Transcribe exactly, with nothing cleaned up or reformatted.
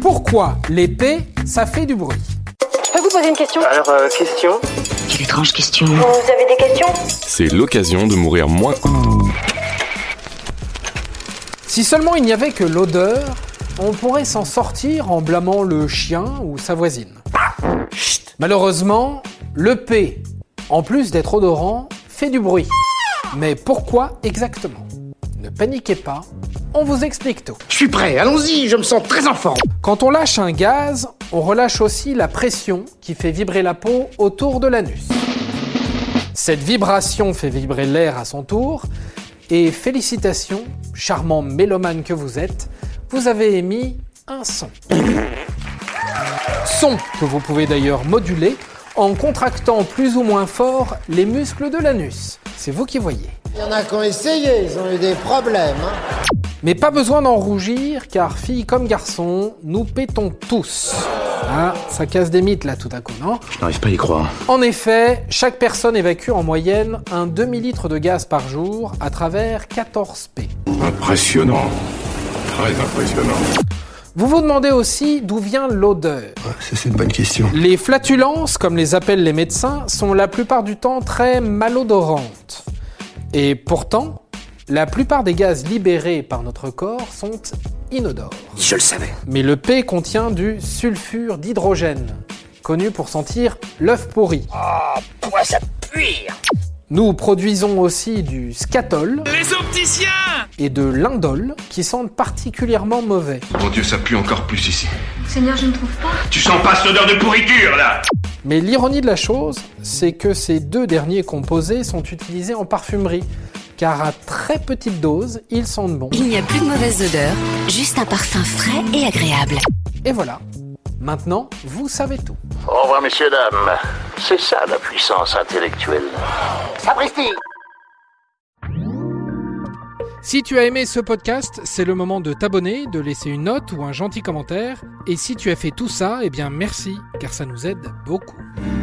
Pourquoi l'épée, ça fait du bruit? Je peux vous poser une question? Alors, euh, question? Quelle étrange question. Vous avez des questions? C'est l'occasion de mourir moins. Si seulement il n'y avait que l'odeur, on pourrait s'en sortir en blâmant le chien ou sa voisine. Chut. Malheureusement, le P, en plus d'être odorant, fait du bruit. Mais pourquoi exactement? Ne paniquez pas, on vous explique tout. Je suis prêt, allons-y, je me sens très en forme. Quand on lâche un gaz, on relâche aussi la pression qui fait vibrer la peau autour de l'anus. Cette vibration fait vibrer l'air à son tour, et félicitations, charmant mélomane que vous êtes, vous avez émis un son. Son que vous pouvez d'ailleurs moduler en contractant plus ou moins fort les muscles de l'anus. C'est vous qui voyez. Il y en a qui ont essayé, ils ont eu des problèmes. Hein. Mais pas besoin d'en rougir, car filles comme garçons, nous pétons tous. Ah, ça casse des mythes là tout à coup, non? Je n'arrive pas à y croire. En effet, chaque personne évacue en moyenne un demi-litre de gaz par jour à travers quatorze P. Impressionnant. Très impressionnant. Vous vous demandez aussi d'où vient l'odeur. Ouais, ça c'est une bonne question. Les flatulences, comme les appellent les médecins, sont la plupart du temps très malodorantes. Et pourtant, la plupart des gaz libérés par notre corps sont inodores. Je le savais. Mais le P contient du sulfure d'hydrogène, connu pour sentir l'œuf pourri. Oh, pourquoi ça pue? Nous produisons aussi du scatol Les opticiens et de l'indole qui sentent particulièrement mauvais. Mon Dieu, ça pue encore plus ici. Seigneur, je ne trouve pas. Tu sens pas cette odeur de pourriture, là? Mais l'ironie de la chose, c'est que ces deux derniers composés sont utilisés en parfumerie, car à très petite dose, ils sentent bon. Il n'y a plus de mauvaise odeur, juste un parfum frais et agréable. Et voilà, maintenant, vous savez tout. Au revoir, messieurs, dames. C'est ça, la puissance intellectuelle. Sapristi! Si tu as aimé ce podcast, c'est le moment de t'abonner, de laisser une note ou un gentil commentaire. Et si tu as fait tout ça, eh bien merci, car ça nous aide beaucoup.